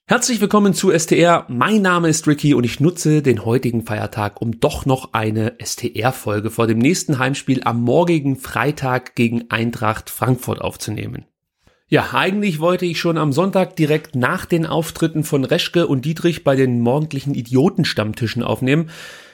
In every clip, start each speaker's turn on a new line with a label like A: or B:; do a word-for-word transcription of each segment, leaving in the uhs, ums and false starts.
A: Herzlich willkommen zu S T R. Mein Name ist Ricky und ich nutze den heutigen Feiertag, um doch noch eine S T R-Folge vor dem nächsten Heimspiel am morgigen Freitag gegen Eintracht Frankfurt aufzunehmen. Ja, eigentlich wollte ich schon am Sonntag direkt nach den Auftritten von Reschke und Dietrich bei den morgendlichen Idiotenstammtischen aufnehmen.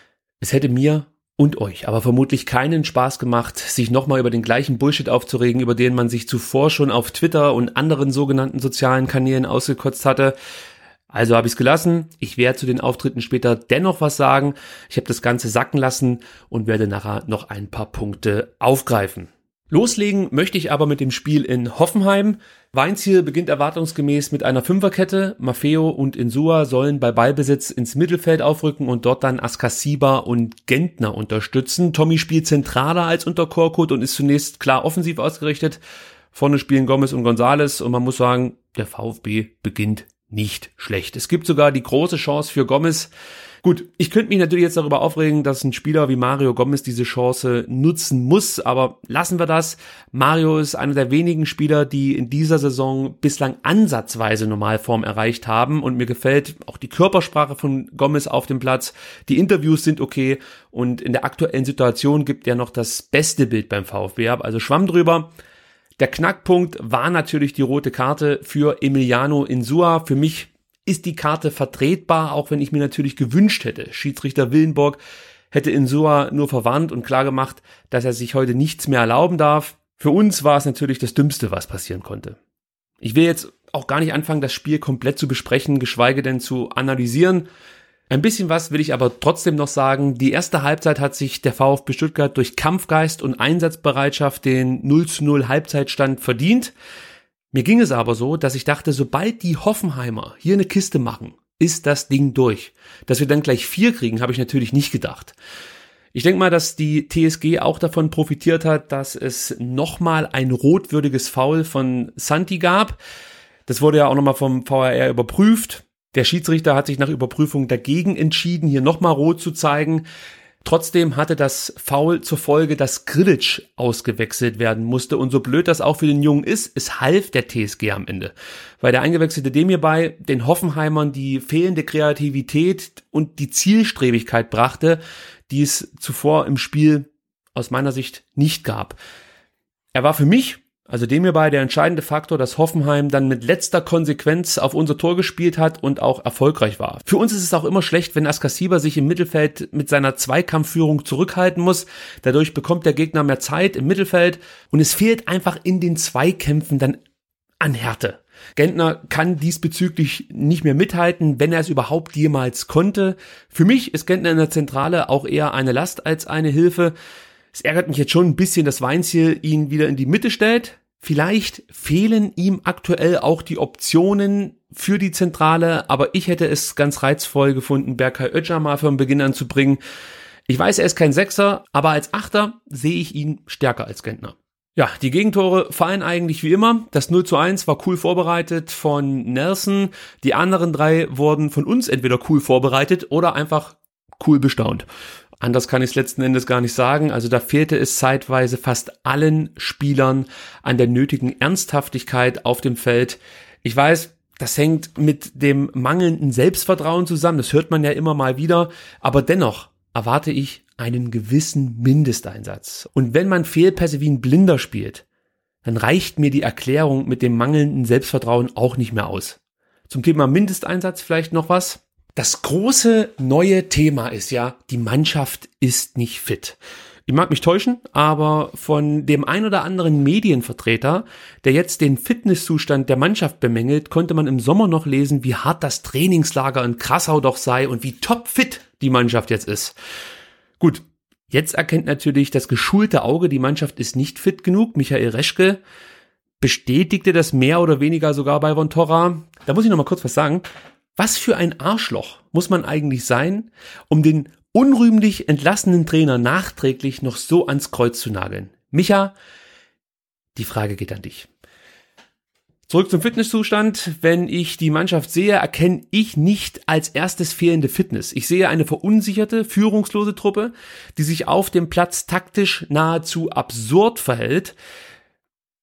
A: Es hätte mir und euch aber vermutlich keinen Spaß gemacht, sich nochmal über den gleichen Bullshit aufzuregen, über den man sich zuvor schon auf Twitter und anderen sogenannten sozialen Kanälen ausgekotzt hatte. Also habe ich es gelassen. Ich werde zu den Auftritten später dennoch was sagen. Ich habe das Ganze sacken lassen und werde nachher noch ein paar Punkte aufgreifen. Loslegen möchte ich aber mit dem Spiel in Hoffenheim. Weinziel beginnt erwartungsgemäß mit einer Fünferkette. Maffeo und Insua sollen bei Ballbesitz ins Mittelfeld aufrücken und dort dann Askasiba und Gentner unterstützen. Tommy spielt zentraler als unter Korkut und ist zunächst klar offensiv ausgerichtet. Vorne spielen Gomez und González und man muss sagen, der VfB beginnt nicht schlecht. Es gibt sogar die große Chance für Gomez. Gut, ich könnte mich natürlich jetzt darüber aufregen, dass ein Spieler wie Mario Gomez diese Chance nutzen muss, aber lassen wir das. Mario ist einer der wenigen Spieler, die in dieser Saison bislang ansatzweise Normalform erreicht haben und mir gefällt auch die Körpersprache von Gomez auf dem Platz. Die Interviews sind okay und in der aktuellen Situation gibt er noch das beste Bild beim VfB ab, also Schwamm drüber. Der Knackpunkt war natürlich die rote Karte für Emiliano Insua. Für mich ist die Karte vertretbar, auch wenn ich mir natürlich gewünscht hätte. Schiedsrichter Willenborg hätte Insua nur verwarnt und klargemacht, dass er sich heute nichts mehr erlauben darf. Für uns war es natürlich das Dümmste, was passieren konnte. Ich will jetzt auch gar nicht anfangen, das Spiel komplett zu besprechen, geschweige denn zu analysieren. Ein bisschen was will ich aber trotzdem noch sagen. Die erste Halbzeit hat sich der VfB Stuttgart durch Kampfgeist und Einsatzbereitschaft den null zu null Halbzeitstand verdient. Mir ging es aber so, dass ich dachte, sobald die Hoffenheimer hier eine Kiste machen, ist das Ding durch. Dass wir dann gleich vier kriegen, habe ich natürlich nicht gedacht. Ich denke mal, dass die T S G auch davon profitiert hat, dass es nochmal ein rotwürdiges Foul von Santi gab. Das wurde ja auch nochmal vom V A R überprüft. Der Schiedsrichter hat sich nach Überprüfung dagegen entschieden, hier nochmal rot zu zeigen. Trotzdem hatte das Foul zur Folge, dass Grilic ausgewechselt werden musste. Und so blöd das auch für den Jungen ist, es half der T S G am Ende. Weil der eingewechselte Demirbay den Hoffenheimern die fehlende Kreativität und die Zielstrebigkeit brachte, die es zuvor im Spiel aus meiner Sicht nicht gab. Er war für mich, also Demirbay, der entscheidende Faktor, dass Hoffenheim dann mit letzter Konsequenz auf unser Tor gespielt hat und auch erfolgreich war. Für uns ist es auch immer schlecht, wenn Askasiba sich im Mittelfeld mit seiner Zweikampfführung zurückhalten muss. Dadurch bekommt der Gegner mehr Zeit im Mittelfeld und es fehlt einfach in den Zweikämpfen dann an Härte. Gentner kann diesbezüglich nicht mehr mithalten, wenn er es überhaupt jemals konnte. Für mich ist Gentner in der Zentrale auch eher eine Last als eine Hilfe. Es ärgert mich jetzt schon ein bisschen, dass Weinziel ihn wieder in die Mitte stellt. Vielleicht fehlen ihm aktuell auch die Optionen für die Zentrale, aber ich hätte es ganz reizvoll gefunden, Berkay Öcalan von Beginn an zu bringen. Ich weiß, er ist kein Sechser, aber als Achter sehe ich ihn stärker als Gentner. Ja, die Gegentore fallen eigentlich wie immer. Das null zu eins war cool vorbereitet von Nelson. Die anderen drei wurden von uns entweder cool vorbereitet oder einfach cool bestaunt. Anders kann ich es letzten Endes gar nicht sagen. Also da fehlte es zeitweise fast allen Spielern an der nötigen Ernsthaftigkeit auf dem Feld. Ich weiß, das hängt mit dem mangelnden Selbstvertrauen zusammen. Das hört man ja immer mal wieder. Aber dennoch erwarte ich einen gewissen Mindesteinsatz. Und wenn man Fehlpässe wie ein Blinder spielt, dann reicht mir die Erklärung mit dem mangelnden Selbstvertrauen auch nicht mehr aus. Zum Thema Mindesteinsatz vielleicht noch was. Das große neue Thema ist ja, die Mannschaft ist nicht fit. Ich mag mich täuschen, aber von dem ein oder anderen Medienvertreter, der jetzt den Fitnesszustand der Mannschaft bemängelt, konnte man im Sommer noch lesen, wie hart das Trainingslager in Krassau doch sei und wie topfit die Mannschaft jetzt ist. Gut, jetzt erkennt natürlich das geschulte Auge, die Mannschaft ist nicht fit genug. Michael Reschke bestätigte das mehr oder weniger sogar bei Von Torra. Da muss ich noch mal kurz was sagen. Was für ein Arschloch muss man eigentlich sein, um den unrühmlich entlassenen Trainer nachträglich noch so ans Kreuz zu nageln? Micha, die Frage geht an dich. Zurück zum Fitnesszustand. Wenn ich die Mannschaft sehe, erkenne ich nicht als erstes fehlende Fitness. Ich sehe eine verunsicherte, führungslose Truppe, die sich auf dem Platz taktisch nahezu absurd verhält.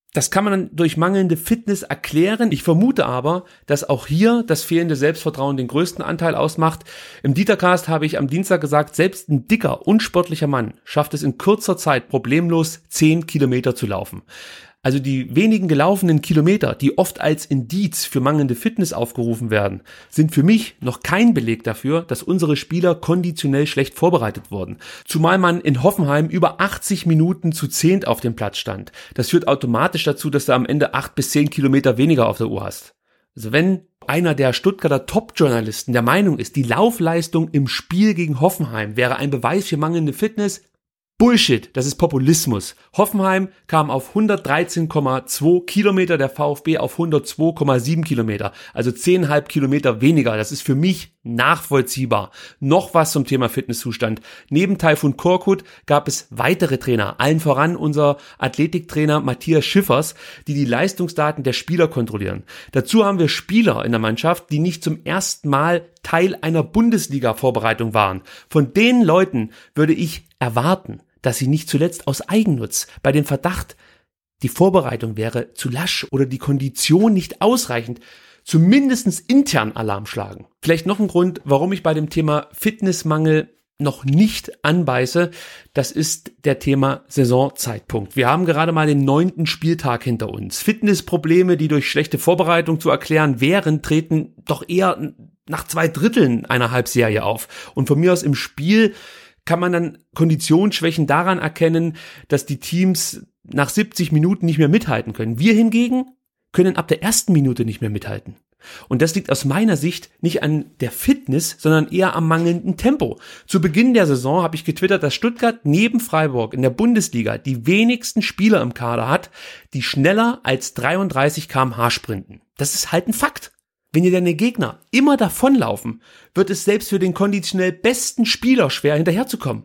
A: Das kann man dann durch mangelnde Fitness erklären. Ich vermute aber, dass auch hier das fehlende Selbstvertrauen den größten Anteil ausmacht. Im Dietercast habe ich am Dienstag gesagt, selbst ein dicker, unsportlicher Mann schafft es in kurzer Zeit problemlos zehn Kilometer zu laufen. Also die wenigen gelaufenen Kilometer, die oft als Indiz für mangelnde Fitness aufgerufen werden, sind für mich noch kein Beleg dafür, dass unsere Spieler konditionell schlecht vorbereitet wurden. Zumal man in Hoffenheim über achtzig Minuten zu zehnt auf dem Platz stand. Das führt automatisch dazu, dass du am Ende acht bis zehn Kilometer weniger auf der Uhr hast. Also wenn einer der Stuttgarter Top-Journalisten der Meinung ist, die Laufleistung im Spiel gegen Hoffenheim wäre ein Beweis für mangelnde Fitness, Bullshit, das ist Populismus. Hoffenheim kam auf hundertdreizehn Komma zwei Kilometer, der VfB auf hundertzwei Komma sieben Kilometer, also zehn Komma fünf Kilometer weniger. Das ist für mich nachvollziehbar. Noch was zum Thema Fitnesszustand. Neben Tayfun Korkut gab es weitere Trainer, allen voran unser Athletiktrainer Matthias Schiffers, die die Leistungsdaten der Spieler kontrollieren. Dazu haben wir Spieler in der Mannschaft, die nicht zum ersten Mal Teil einer Bundesliga-Vorbereitung waren. Von den Leuten würde ich erwarten, dass sie nicht zuletzt aus Eigennutz bei dem Verdacht, die Vorbereitung wäre zu lasch oder die Kondition nicht ausreichend, zumindest intern Alarm schlagen. Vielleicht noch ein Grund, warum ich bei dem Thema Fitnessmangel noch nicht anbeiße, das ist der Thema Saisonzeitpunkt. Wir haben gerade mal den neunten Spieltag hinter uns. Fitnessprobleme, die durch schlechte Vorbereitung zu erklären wären, treten doch eher nach zwei Dritteln einer Halbserie auf. Und von mir aus im Spiel kann man dann Konditionsschwächen daran erkennen, dass die Teams nach siebzig Minuten nicht mehr mithalten können. Wir hingegen können ab der ersten Minute nicht mehr mithalten. Und das liegt aus meiner Sicht nicht an der Fitness, sondern eher am mangelnden Tempo. Zu Beginn der Saison habe ich getwittert, dass Stuttgart neben Freiburg in der Bundesliga die wenigsten Spieler im Kader hat, die schneller als dreiunddreißig Kilometer pro Stunde sprinten. Das ist halt ein Fakt. Wenn dir deine Gegner immer davonlaufen, wird es selbst für den konditionell besten Spieler schwer, hinterherzukommen.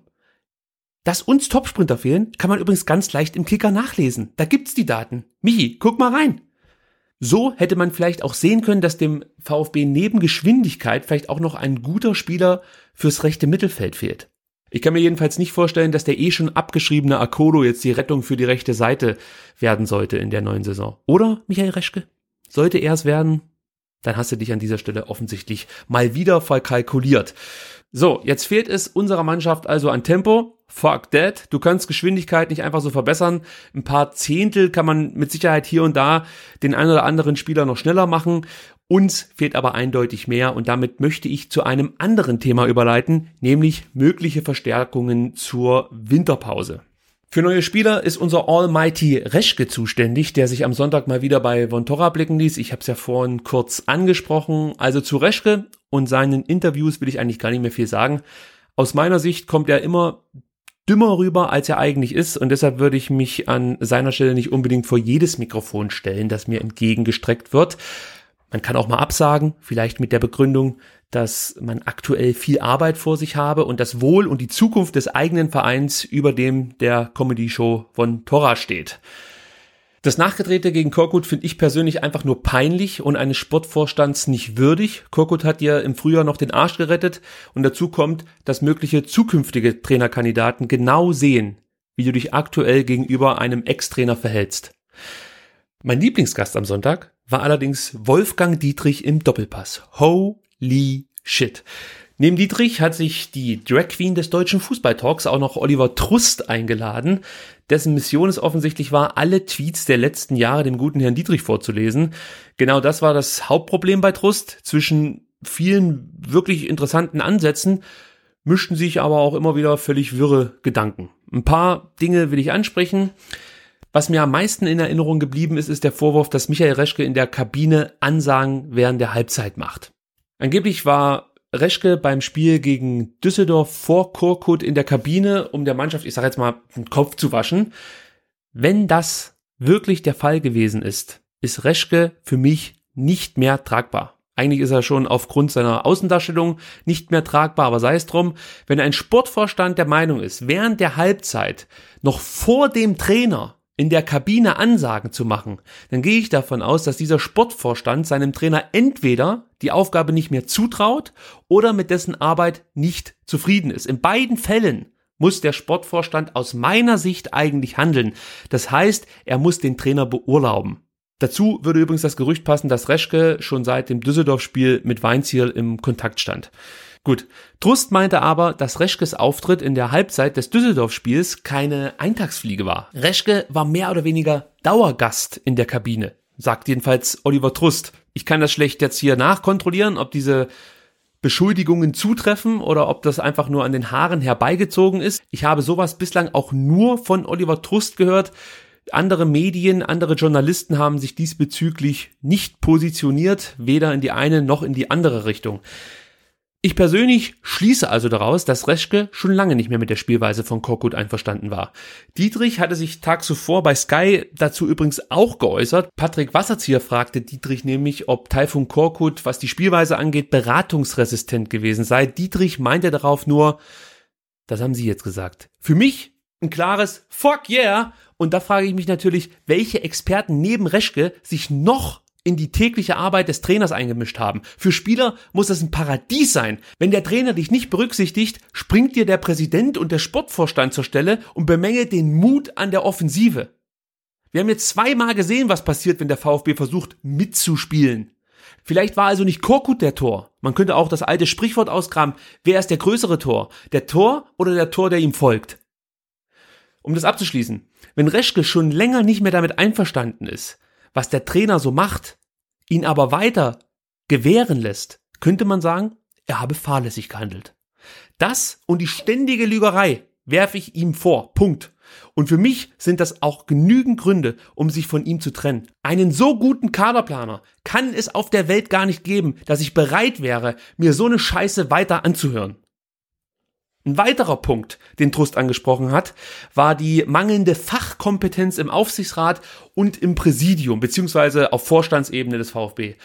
A: Dass uns Topsprinter fehlen, kann man übrigens ganz leicht im Kicker nachlesen. Da gibt's die Daten. Michi, guck mal rein. So hätte man vielleicht auch sehen können, dass dem VfB neben Geschwindigkeit vielleicht auch noch ein guter Spieler fürs rechte Mittelfeld fehlt. Ich kann mir jedenfalls nicht vorstellen, dass der eh schon abgeschriebene Akodo jetzt die Rettung für die rechte Seite werden sollte in der neuen Saison. Oder, Michael Reschke? Sollte er es werden? Dann hast du dich an dieser Stelle offensichtlich mal wieder verkalkuliert. So, jetzt fehlt es unserer Mannschaft also an Tempo. Fuck that. Du kannst Geschwindigkeit nicht einfach so verbessern. Ein paar Zehntel kann man mit Sicherheit hier und da den einen oder anderen Spieler noch schneller machen. Uns fehlt aber eindeutig mehr und damit möchte ich zu einem anderen Thema überleiten, nämlich mögliche Verstärkungen zur Winterpause. Für neue Spieler ist unser Almighty Reschke zuständig, der sich am Sonntag mal wieder bei Von Torra blicken ließ. Ich habe es ja vorhin kurz angesprochen. Also zu Reschke und seinen Interviews will ich eigentlich gar nicht mehr viel sagen. Aus meiner Sicht kommt er immer dümmer rüber, als er eigentlich ist. Und deshalb würde ich mich an seiner Stelle nicht unbedingt vor jedes Mikrofon stellen, das mir entgegengestreckt wird. Man kann auch mal absagen, vielleicht mit der Begründung, dass man aktuell viel Arbeit vor sich habe und das Wohl und die Zukunft des eigenen Vereins über dem der Comedy-Show von Torra steht. Das Nachgedrehte gegen Korkut finde ich persönlich einfach nur peinlich und eines Sportvorstands nicht würdig. Korkut hat dir im Frühjahr noch den Arsch gerettet und dazu kommt, dass mögliche zukünftige Trainerkandidaten genau sehen, wie du dich aktuell gegenüber einem Ex-Trainer verhältst. Mein Lieblingsgast am Sonntag war allerdings Wolfgang Dietrich im Doppelpass. Holy shit. Neben Dietrich hat sich die Drag Queen des deutschen Fußballtalks auch noch Oliver Trust eingeladen, dessen Mission es offensichtlich war, alle Tweets der letzten Jahre dem guten Herrn Dietrich vorzulesen. Genau das war das Hauptproblem bei Trust. Zwischen vielen wirklich interessanten Ansätzen mischten sich aber auch immer wieder völlig wirre Gedanken. Ein paar Dinge will ich ansprechen. Was mir am meisten in Erinnerung geblieben ist, ist der Vorwurf, dass Michael Reschke in der Kabine Ansagen während der Halbzeit macht. Angeblich war Reschke beim Spiel gegen Düsseldorf vor Korkut in der Kabine, um der Mannschaft, ich sage jetzt mal, den Kopf zu waschen. Wenn das wirklich der Fall gewesen ist, ist Reschke für mich nicht mehr tragbar. Eigentlich ist er schon aufgrund seiner Außendarstellung nicht mehr tragbar, aber sei es drum, wenn ein Sportvorstand der Meinung ist, während der Halbzeit noch vor dem Trainer in der Kabine Ansagen zu machen, dann gehe ich davon aus, dass dieser Sportvorstand seinem Trainer entweder die Aufgabe nicht mehr zutraut oder mit dessen Arbeit nicht zufrieden ist. In beiden Fällen muss der Sportvorstand aus meiner Sicht eigentlich handeln. Das heißt, er muss den Trainer beurlauben. Dazu würde übrigens das Gerücht passen, dass Reschke schon seit dem Düsseldorf-Spiel mit Weinzierl im Kontakt stand. Gut, Trust meinte aber, dass Reschkes Auftritt in der Halbzeit des Düsseldorf-Spiels keine Eintagsfliege war. Reschke war mehr oder weniger Dauergast in der Kabine, sagt jedenfalls Oliver Trust. Ich kann das schlecht jetzt hier nachkontrollieren, ob diese Beschuldigungen zutreffen oder ob das einfach nur an den Haaren herbeigezogen ist. Ich habe sowas bislang auch nur von Oliver Trust gehört. Andere Medien, andere Journalisten haben sich diesbezüglich nicht positioniert, weder in die eine noch in die andere Richtung. Ich persönlich schließe also daraus, dass Reschke schon lange nicht mehr mit der Spielweise von Korkut einverstanden war. Dietrich hatte sich tags zuvor bei Sky dazu übrigens auch geäußert. Patrick Wasserzieher fragte Dietrich nämlich, ob Tayfun Korkut, was die Spielweise angeht, beratungsresistent gewesen sei. Dietrich meinte darauf nur, das haben Sie jetzt gesagt. Für mich ein klares Fuck yeah! Und da frage ich mich natürlich, welche Experten neben Reschke sich noch in die tägliche Arbeit des Trainers eingemischt haben. Für Spieler muss das ein Paradies sein. Wenn der Trainer dich nicht berücksichtigt, springt dir der Präsident und der Sportvorstand zur Stelle und bemängelt den Mut an der Offensive. Wir haben jetzt zweimal gesehen, was passiert, wenn der VfB versucht mitzuspielen. Vielleicht war also nicht Korkut der Tor. Man könnte auch das alte Sprichwort ausgraben, wer ist der größere Tor? Der Tor oder der Tor, der ihm folgt? Um das abzuschließen, wenn Reschke schon länger nicht mehr damit einverstanden ist, was der Trainer so macht, ihn aber weiter gewähren lässt, könnte man sagen, er habe fahrlässig gehandelt. Das und die ständige Lügerei werfe ich ihm vor. Punkt. Und für mich sind das auch genügend Gründe, um sich von ihm zu trennen. Einen so guten Kaderplaner kann es auf der Welt gar nicht geben, dass ich bereit wäre, mir so eine Scheiße weiter anzuhören. Ein weiterer Punkt, den Trust angesprochen hat, war die mangelnde Fachkompetenz im Aufsichtsrat und im Präsidium, beziehungsweise auf Vorstandsebene des VfB.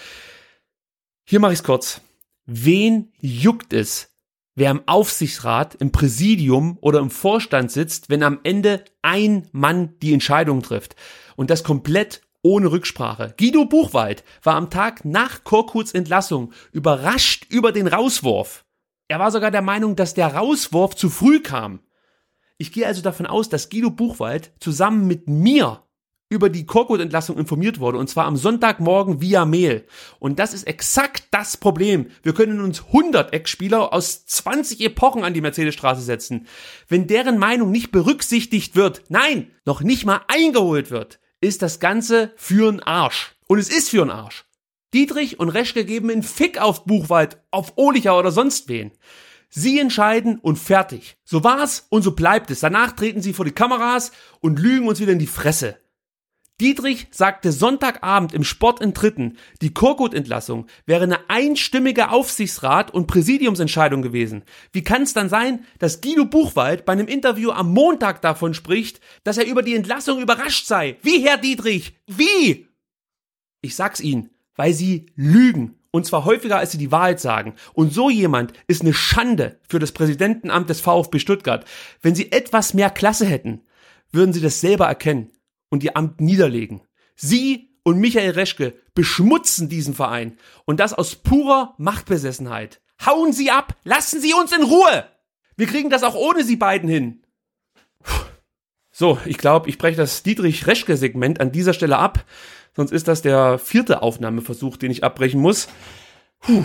A: Hier mache ich es kurz. Wen juckt es, wer im Aufsichtsrat, im Präsidium oder im Vorstand sitzt, wenn am Ende ein Mann die Entscheidung trifft? Und das komplett ohne Rücksprache. Guido Buchwald war am Tag nach Korkuts Entlassung überrascht über den Rauswurf. Er war sogar der Meinung, dass der Rauswurf zu früh kam. Ich gehe also davon aus, dass Guido Buchwald zusammen mit mir über die Korkut-Entlassung informiert wurde, und zwar am Sonntagmorgen via Mail. Und das ist exakt das Problem. Wir können uns hundert Ex-Spieler aus zwanzig Epochen an die Mercedesstraße setzen. Wenn deren Meinung nicht berücksichtigt wird, nein, noch nicht mal eingeholt wird, ist das Ganze für'n Arsch. Und es ist für'n Arsch. Dietrich und Reschke geben einen Fick auf Buchwald, auf Ohlicher oder sonst wen. Sie entscheiden und fertig. So war's und so bleibt es. Danach treten sie vor die Kameras und lügen uns wieder in die Fresse. Dietrich sagte Sonntagabend im Sport in Dritten, die Korkut-Entlassung wäre eine einstimmige Aufsichtsrat- und Präsidiumsentscheidung gewesen. Wie kann es dann sein, dass Guido Buchwald bei einem Interview am Montag davon spricht, dass er über die Entlassung überrascht sei? Wie, Herr Dietrich? Wie? Ich sag's Ihnen. Weil sie lügen. Und zwar häufiger, als sie die Wahrheit sagen. Und so jemand ist eine Schande für das Präsidentenamt des VfB Stuttgart. Wenn sie etwas mehr Klasse hätten, würden sie das selber erkennen und ihr Amt niederlegen. Sie und Michael Reschke beschmutzen diesen Verein. Und das aus purer Machtbesessenheit. Hauen Sie ab! Lassen Sie uns in Ruhe! Wir kriegen das auch ohne Sie beiden hin. So, ich glaube, ich breche das Dietrich-Reschke-Segment an dieser Stelle ab. Sonst ist das der vierte Aufnahmeversuch, den ich abbrechen muss. Puh.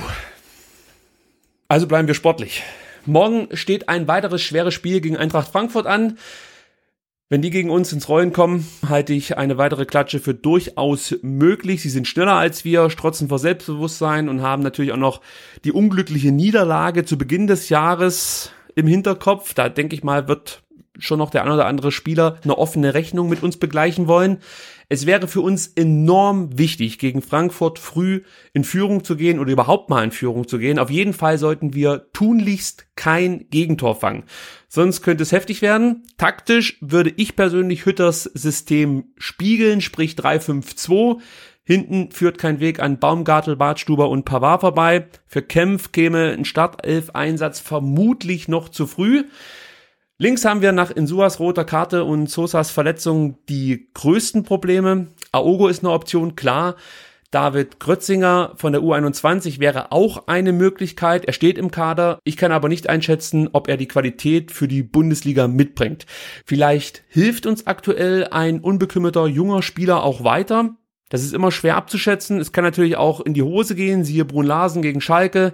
A: Also bleiben wir sportlich. Morgen steht ein weiteres schweres Spiel gegen Eintracht Frankfurt an. Wenn die gegen uns ins Rollen kommen, halte ich eine weitere Klatsche für durchaus möglich. Sie sind schneller als wir, strotzen vor Selbstbewusstsein und haben natürlich auch noch die unglückliche Niederlage zu Beginn des Jahres im Hinterkopf. Da denke ich mal, wird schon noch der ein oder andere Spieler eine offene Rechnung mit uns begleichen wollen. Es wäre für uns enorm wichtig, gegen Frankfurt früh in Führung zu gehen oder überhaupt mal in Führung zu gehen. Auf jeden Fall sollten wir tunlichst kein Gegentor fangen. Sonst könnte es heftig werden. Taktisch würde ich persönlich Hütters System spiegeln, sprich drei fünf zwei. Hinten führt kein Weg an Baumgartel, Bartstuber und Pavard vorbei. Für Kempf käme ein Startelf-Einsatz vermutlich noch zu früh. Links haben wir nach Insuas roter Karte und Sosas Verletzung die größten Probleme. Aogo ist eine Option, klar. David Grötzinger von der U einundzwanzig wäre auch eine Möglichkeit. Er steht im Kader. Ich kann aber nicht einschätzen, ob er die Qualität für die Bundesliga mitbringt. Vielleicht hilft uns aktuell ein unbekümmerter junger Spieler auch weiter. Das ist immer schwer abzuschätzen. Es kann natürlich auch in die Hose gehen, siehe Brun Larsen gegen Schalke.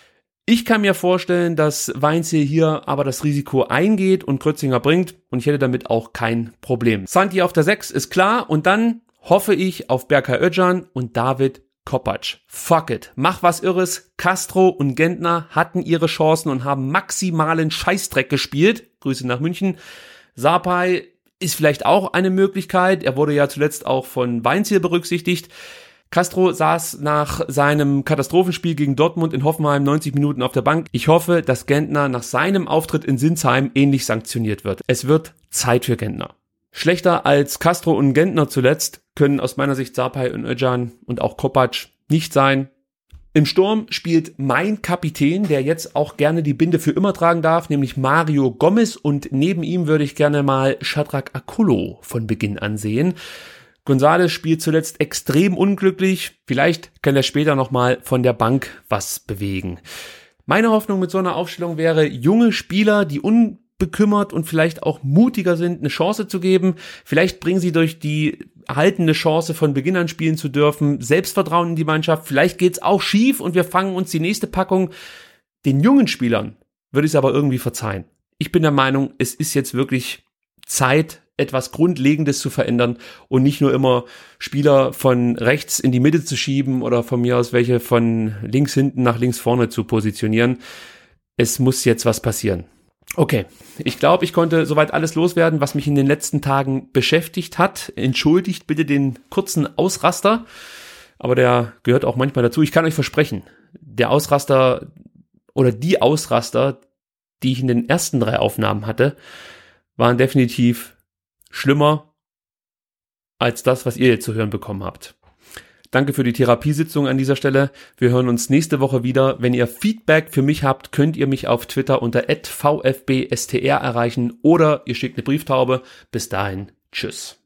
A: Ich kann mir vorstellen, dass Weinziel hier aber das Risiko eingeht und Grötzinger bringt und ich hätte damit auch kein Problem. Santi auf der sechs ist klar und dann hoffe ich auf Berkay Özcan und David Kopacz. Fuck it. Mach was Irres. Castro und Gentner hatten ihre Chancen und haben maximalen Scheißdreck gespielt. Grüße nach München. Sarpay ist vielleicht auch eine Möglichkeit. Er wurde ja zuletzt auch von Weinziel berücksichtigt. Castro saß nach seinem Katastrophenspiel gegen Dortmund in Hoffenheim neunzig Minuten auf der Bank. Ich hoffe, dass Gentner nach seinem Auftritt in Sinsheim ähnlich sanktioniert wird. Es wird Zeit für Gentner. Schlechter als Castro und Gentner zuletzt können aus meiner Sicht Sarpay und Özcan und auch Kopacz nicht sein. Im Sturm spielt mein Kapitän, der jetzt auch gerne die Binde für immer tragen darf, nämlich Mario Gomez und neben ihm würde ich gerne mal Shadrack Akolo von Beginn an sehen. González spielt zuletzt extrem unglücklich, vielleicht kann er später nochmal von der Bank was bewegen. Meine Hoffnung mit so einer Aufstellung wäre, junge Spieler, die unbekümmert und vielleicht auch mutiger sind, eine Chance zu geben. Vielleicht bringen sie durch die erhaltene Chance von Beginn an spielen zu dürfen, Selbstvertrauen in die Mannschaft. Vielleicht geht's auch schief und wir fangen uns die nächste Packung. Den jungen Spielern würde ich es aber irgendwie verzeihen. Ich bin der Meinung, es ist jetzt wirklich Zeit, etwas Grundlegendes zu verändern und nicht nur immer Spieler von rechts in die Mitte zu schieben oder von mir aus welche von links hinten nach links vorne zu positionieren. Es muss jetzt was passieren. Okay, ich glaube, ich konnte soweit alles loswerden, was mich in den letzten Tagen beschäftigt hat. Entschuldigt bitte den kurzen Ausraster, aber der gehört auch manchmal dazu. Ich kann euch versprechen, der Ausraster oder die Ausraster, die ich in den ersten drei Aufnahmen hatte, waren definitiv schlimmer als das, was ihr jetzt zu hören bekommen habt. Danke für die Therapiesitzung an dieser Stelle. Wir hören uns nächste Woche wieder. Wenn ihr Feedback für mich habt, könnt ihr mich auf Twitter unter at v f b s t r erreichen oder ihr schickt eine Brieftaube. Bis dahin, tschüss.